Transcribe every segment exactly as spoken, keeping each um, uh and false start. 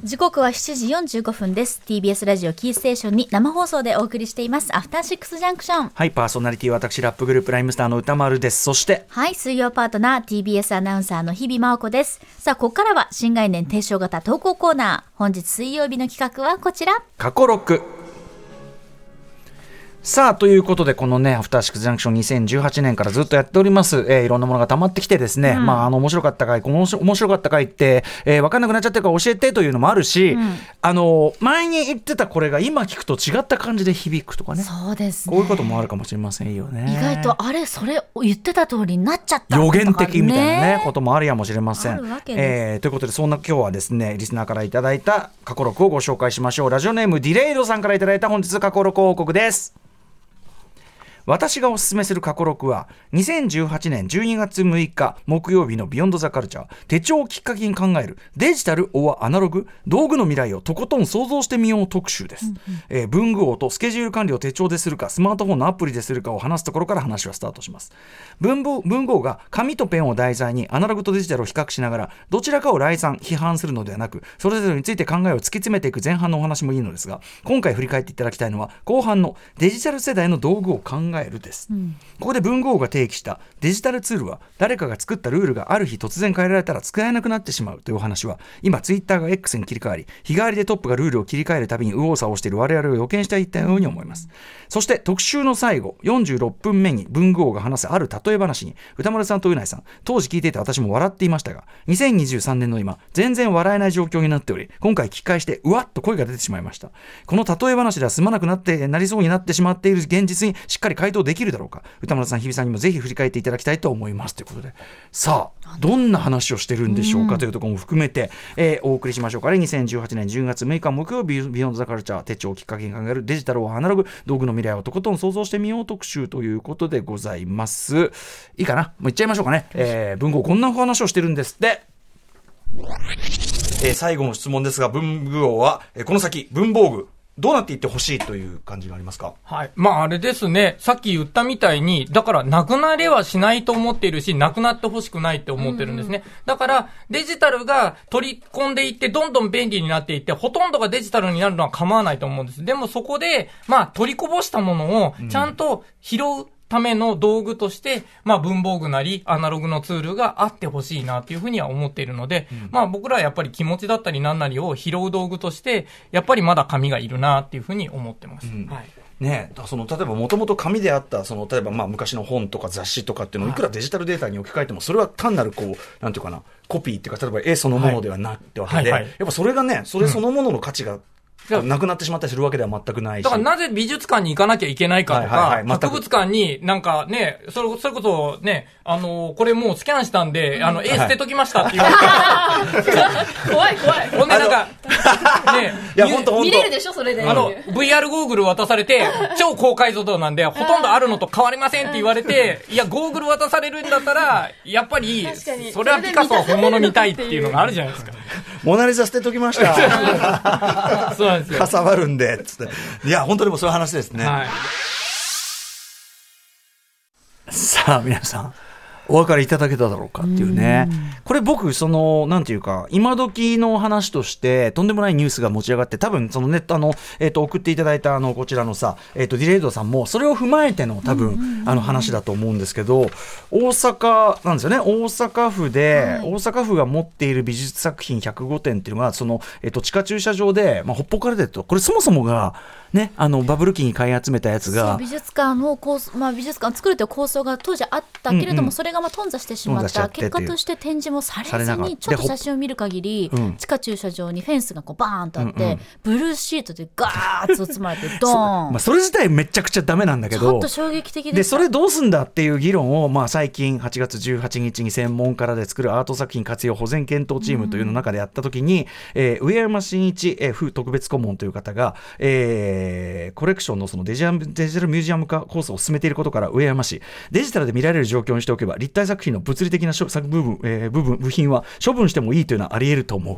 時刻はしちじよんじゅうごふんです。 ティービーエス ラジオキーステーションに生放送でお送りしていますアフターシックスジャンクション。 はい、パーソナリティは私ラップグループライムスターの歌丸です。そしてはい、水曜パートナー ティービーエス アナウンサーの日々真央子です。さあ、ここからは新概念提唱型投稿コーナー。本日水曜日の企画はこちら、 過去録。さあということで、このねアフターシックスジャンクションにせんじゅうはちねんからずっとやっております、えー、いろんなものが溜まってきてですね、うん、まああの面白かった回、この面白かった回って、えー、分かんなくなっちゃってるから教えてというのもあるし、うん、あの前に言ってたこれが今聞くと違った感じで響くとかね。 そうですね、 こういうこともあるかもしれませんよね。 意外とあれそれ言ってた通りになっちゃった、 予言的みたいなねこともあるやもしれません。 あるわけです、 えー、ということで、そんな今日はですねリスナーからいただいた過去録をご紹介しましょう。ラジオネームディレイドさんからいただいた本日過去録報告です。私がおすすめする過去録はにせんじゅうはちねんじゅうにがつむいか木曜日のビヨンドザカルチャー、手帳をきっかけに考えるデジタル or アナログ道具の未来をとことん想像してみよう特集です、うんうん、えー、文具王とスケジュール管理を手帳でするかスマートフォンのアプリでするかを話すところから話はスタートします。文具文具王が紙とペンを題材にアナログとデジタルを比較しながらどちらかを来賛批判するのではなく、それぞれについて考えを突き詰めていく前半のお話もいいのですが、今回振り返っていただきたいのは後半のデジタル世代の道具を考えるです、うん。ここで文具王が提起したデジタルツールは誰かが作ったルールがある日突然変えられたら使えなくなってしまうというお話は、今ツイッターが X に切り替わり、日替わりでトップがルールを切り替えるたびに右往左往している我々を予見していったように思います。そして特集の最後よんじゅうろっぷんめに文具王が話すある例え話に歌丸さんとうないさん、当時聞いていて私も笑っていましたが、にせんにじゅうさんねんの今全然笑えない状況になっており、今回聞き返してうわっと声が出てしまいました。この例え話では済まなくなってなりそうになってしまっている現実にしっかり回答できるだろうか。歌丸さん、日比さんにもぜひ振り返っていただきたいと思いますということで、さあどんな話をしてるんでしょうかというところも含めて、えー、お送りしましょうかね。にせんじゅうはちねんじゅうがつむいか木曜日ビヨンドザカルチャー、手帳をきっかけに考えるデジタルをアナログ道具の未来をとことん想像してみよう特集ということでございます。いいかな、もういっちゃいましょうかね。えー、文具王こんな話をしてるんですって。えー、最後の質問ですが、文具王は、えー、この先文房具どうなっていってほしいという感じがありますか？ はい。まああれですね。さっき言ったみたいに、だからなくなれはしないと思っているし、なくなってほしくないって思ってるんですね。うんうん、だからデジタルが取り込んでいってどんどん便利になっていって、ほとんどがデジタルになるのは構わないと思うんです。でもそこで、まあ取りこぼしたものをちゃんと拾う、うんための道具として、まあ文房具なりアナログのツールがあってほしいなっていうふうには思っているので、うん、まあ僕らはやっぱり気持ちだったり何なりを拾う道具として、やっぱりまだ紙がいるなっていうふうに思ってます。うん、はい。 ね、その例えばもともと紙であったその例えばまあ昔の本とか雑誌とかっていうのをいくらデジタルデータに置き換えてもそれは単なるこうなんていうかなコピーっていうか例えば絵そのものではなってわけで、はいはいはい、やっぱそれがねそれそのものの価値が、うんなくなってしまったりするわけでは全くないし。 だからなぜ美術館に行かなきゃいけないかとか、はいはいはい、博物館になんかね、それ、それこそね、あのー、これもうスキャンしたんで、あの、絵捨てときましたって言われて。 怖い怖い。 ほんでなんか、 ね、いやほんとほんと。 見れるでしょそれで。 あの、ブイアール ゴーグル渡されて、超高解像度なんで、ほとんどあるのと変わりませんって言われて、いや、ゴーグル渡されるんだったら、やっぱり、それはピカソは本物見たいっていうのがあるじゃないですか。 モナリザ捨てときました。 そうなんですよ。 かさばるんでつって。いや本当にもそういう話ですね。はい、さあ皆さんお分かりいただけただろうかっていうね。これ僕そのなんていうか今時の話としてとんでもないニュースが持ち上がって、多分そのネットあのえっと送っていただいたあのこちらのさえっとディレイドさんもそれを踏まえての多分あの話だと思うんですけど、大阪なんですよね。大阪府で大阪府が持っている美術作品ひゃくごてんっていうのがそのえっと地下駐車場でまあほっぽかれてると、これそもそもがね、あのバブル期に買い集めたやつが美術館の構想、まあ、美術館を作るという構想が当時あったけれども、うんうん、それがまあ頓挫してしまった結果として展示もされずに、ちょっと写真を見る限り、うん、地下駐車場にフェンスがこうバーンとあって、うんうん、ブルーシートでガーッと包まれてドーンそ, まあ、それ自体めちゃくちゃダメなんだけど、 ちょっと衝撃的でした。 でそれどうすんだっていう議論を、まあ、最近はちがつじゅうはちにちに専門家らで作るアート作品活用保全検討チームというの中でやった時に、うんえー、上山真一、えー、府特別顧問という方が、えー、これのそのデジタル、デジタルミュージアム化構想を進めていることから、上山市デジタルで見られる状況にしておけば立体作品の物理的な部分、えー、部分部品は処分してもいいというのはあり得ると思う。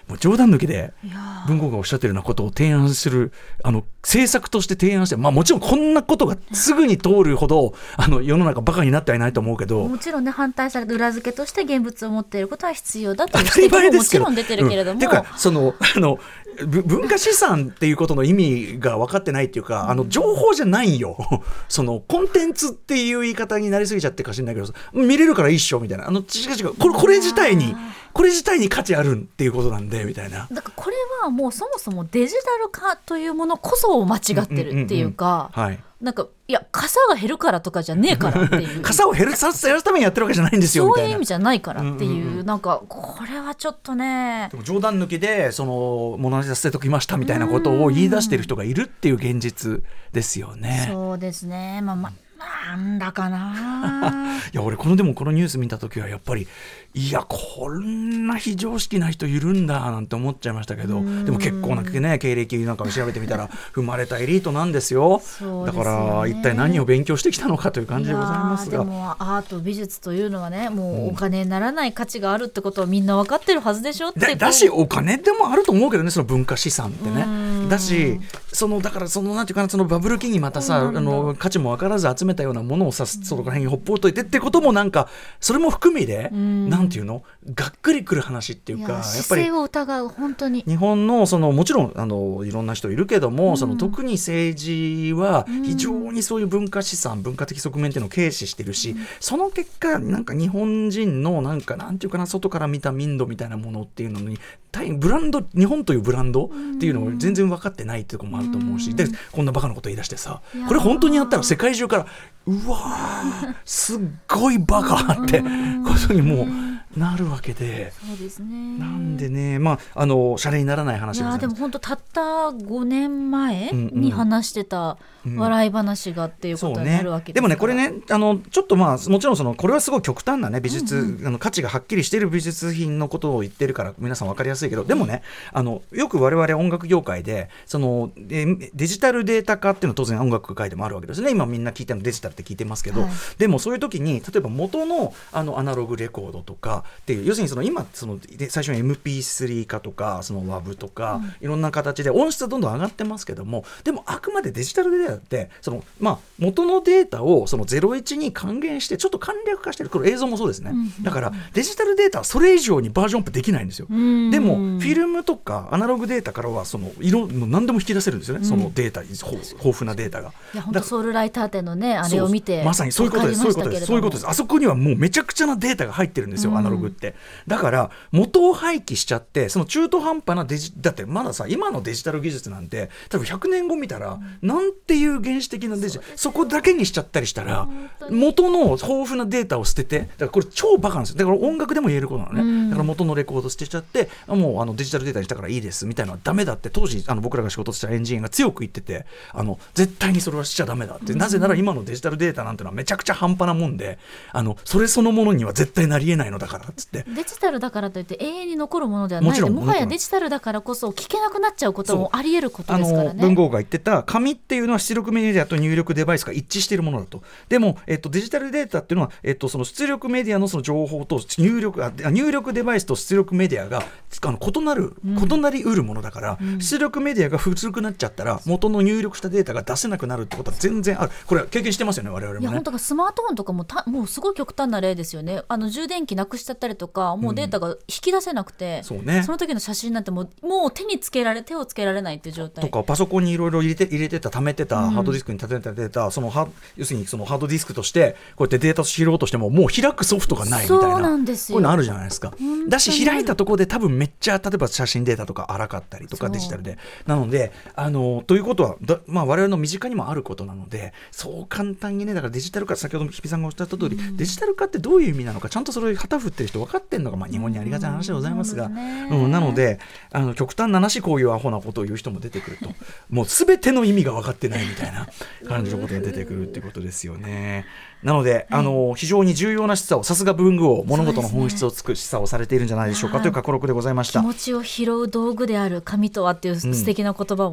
もう冗談抜きで文豪がおっしゃってるようなことを提案するあの政策として提案して、まあ、もちろんこんなことがすぐに通るほどあの世の中バカになってはいないと思うけど、 もちろんね反対されて裏付けとして現物を持っていることは必要だという指摘ももちろん出てるけれども、うん、 てかそのあの文化資産っていうことの意味が分かってないっていうか、あの情報じゃないよそのコンテンツっていう言い方になりすぎちゃってかしんないけど、見れるからいいっしょみたいな、あの違う違うこれこれ自体にこれ自体に価値あるっていうことなんでみたいな。 だからこれはもうそもそもデジタル化というものこそ間違ってるっていうか、 うんうんうんうん、はい、 なんかいや傘が減るからとかじゃねえからっていう傘を減らさせるためにやってるわけじゃないんですよみたいな、 そういう意味じゃないからっていう、 うんうんうん、 なんかこれはちょっとね、 でも冗談抜きでそのモナリザ捨てときましたみたいなことを言い出してる人がいるっていう現実ですよね。 そうですね、まあまあなんだかないや俺このでもこのニュース見た時はやっぱりいやこんな非常識な人いるんだなんて思っちゃいましたけど、でも結構な、ね、経歴なんかを調べてみたら踏まれたエリートなんですよ。 そうですよね、 だから一体何を勉強してきたのかという感じでございますが、 いやでもアート美術というのはねもうお金にならない価値があるってことはみんな分かってるはずでしょって、 だ, だしお金でもあると思うけどね、その文化資産ってね。だしそのだからそのなんていうかな、そのバブル期にまたさ、あの価値も分からず集めたようなものをさそこら辺にほっぽうといてってこともなんかそれも含みでなんていうのがっくりくる話っていうか、やっぱり姿勢を疑う本当に日本のそのもちろんあのいろんな人いるけども、うん、その特に政治は非常にそういう文化資産、うん、文化的側面っていうのを軽視してるし、うん、その結果なんか日本人のなんかなんていうかな外から見た民度みたいなものっていうのに大変ブランド日本というブランドっていうのを全然分かってないっていうところもあると思うし、うん、でこんなバカなこと言い出してさ、これ本当にやったら世界中からうわーすっごいバカってことにもうなるわけで、 そうですね、 なんでね、まああのシャレにならない話でございます。 いやでも本当たったごねんまえに話してた笑い話がっていうことになるわけですから、 うんうん、でもねこれねあのちょっとまあもちろんそのこれはすごい極端なね美術、うんうん、あの価値がはっきりしている美術品のことを言ってるから皆さん分かりやすいけど、でもねあのよく我々音楽業界でそのデジタルデータ化っていうのは当然音楽界でもあるわけですね。今みんな聞いてるのデジタルって聞いてますけど、はい、でもそういう時に例えば元のあのアナログレコードとかっていう要するにその今その最初に エムピースリー 化とかその ダブリュー とか、うん、いろんな形で音質はどんどん上がってますけども、でもあくまでデジタルデータってその、まあ、元のデータをそのゼロイチに還元してちょっと簡略化してる、これ映像もそうですね、うん、だからデジタルデータはそれ以上にバージョンアップできないんですよ、うん、でもフィルムとかアナログデータからはその色何でも引き出せるんですよね、うん、そのデータ豊富なデータが。 いや本当ソウルライター展のねあれを見てまさにそういうことです、そういうことです、そういうことです。あそこにはもうめちゃくちゃなデータが入ってるんですよ、うん、アナログって。だから元を廃棄しちゃってその中途半端なデジだってまださ今のデジタル技術なんて多分ひゃくねんご見たら、うん、なんていう原始的なデジタル そ, そこだけにしちゃったりしたら元の豊富なデータを捨てて、だからこれ超バカなんですよ。だから音楽でも言えることなのね、うん、だから元のレコード捨てちゃってもうあのデジタルデータにしたからいいですみたいなのはダメだって当時あの僕らが仕事したエンジニアが強く言ってて、あの絶対にそれはしちゃダメだって、うん、なぜなら今のデジタルデータなんてのはめちゃくちゃ半端なもんで、あのそれそのものには絶対なりえないのだからっつって、 デジタルだからといって永遠に残るものではないで も, もはやデジタルだからこそ聞けなくなっちゃうこともあり得ることですからね。 文豪が言ってた紙っていうのは出力メディアと入力デバイスが一致しているものだと。でも、えっと、デジタルデータっていうのは、えっと、その出力メディアのその情報と入力あ入力デバイスと出力メディアがあの異なる、うん、異なりうるものだから、うん、出力メディアが古くなっちゃったら元の入力したデータが出せなくなるってことは全然ある。これは経験してますよね我々もね。 いや本当かスマートフォンとかもたもうすごい極端な例ですよね。あの充電器なくしちゃったりとかもうデータが引き出せなくて、うんそうね、その時の写真なんてもう、もう手につけられ手をつけられないっていう状態とか、パソコンにいろいろ入れて入れてた貯めてた、うん、ハードディスクに立てたデータその要するにそのハードディスクとしてこうやってデータを知ろうとしてももう開くソフトがないみたいな、 そうなんですよ、 こういうのあるじゃないですか。だし開いたところで多分めっちゃ例えば写真データとか荒かったりとかデジタルでなのであのということはだ、まあ、我々の身近にもあることなのでそう簡単にねだからデジタル化先ほど日比さんがおっしゃった通り、うん、デジタル化ってどういう意味なのかちゃんとそれを旗振ってる人分かってるのが、まあ、日本にありがたい話でございますが、うんうん、なのであの極端な話こういうアホなことを言う人も出てくるともう全ての意味が分かってないみたいな感じのことが出てくるってことですよね。なので、あの非常に重要な示唆をさすが文具を物事の本質をつく示唆をされているんじゃないでしょうかという過去録でございました。 気持ちを拾う道具である紙とはっていう素敵な言葉をね、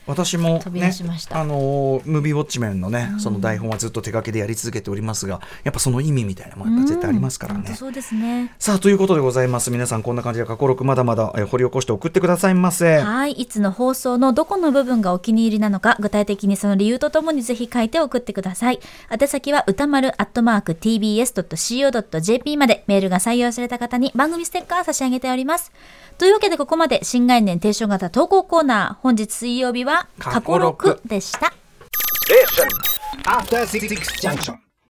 私も、ね、 飛び出しました。 あのムービーウォッチメンのね、うん、その台本はずっと手書きでやり続けておりますが、やっぱその意味みたいなものやっぱ絶対ありますからね。 うん、そうですね。 さあということでございます。皆さんこんな感じで過去録まだまだ掘り起こして送ってくださいませ。 はい、いつの放送のどこの部分がお気に入りなのか、具体的にその理由とともにぜひ書いて送ってください。宛先は歌丸アットマーク ティービーエスドットシーオードットジェーピー まで。メールが採用された方に番組ステッカー差し上げております。というわけでここまで新概念提唱型投稿コーナー、本日水曜日は過去録でした。 After Six Junction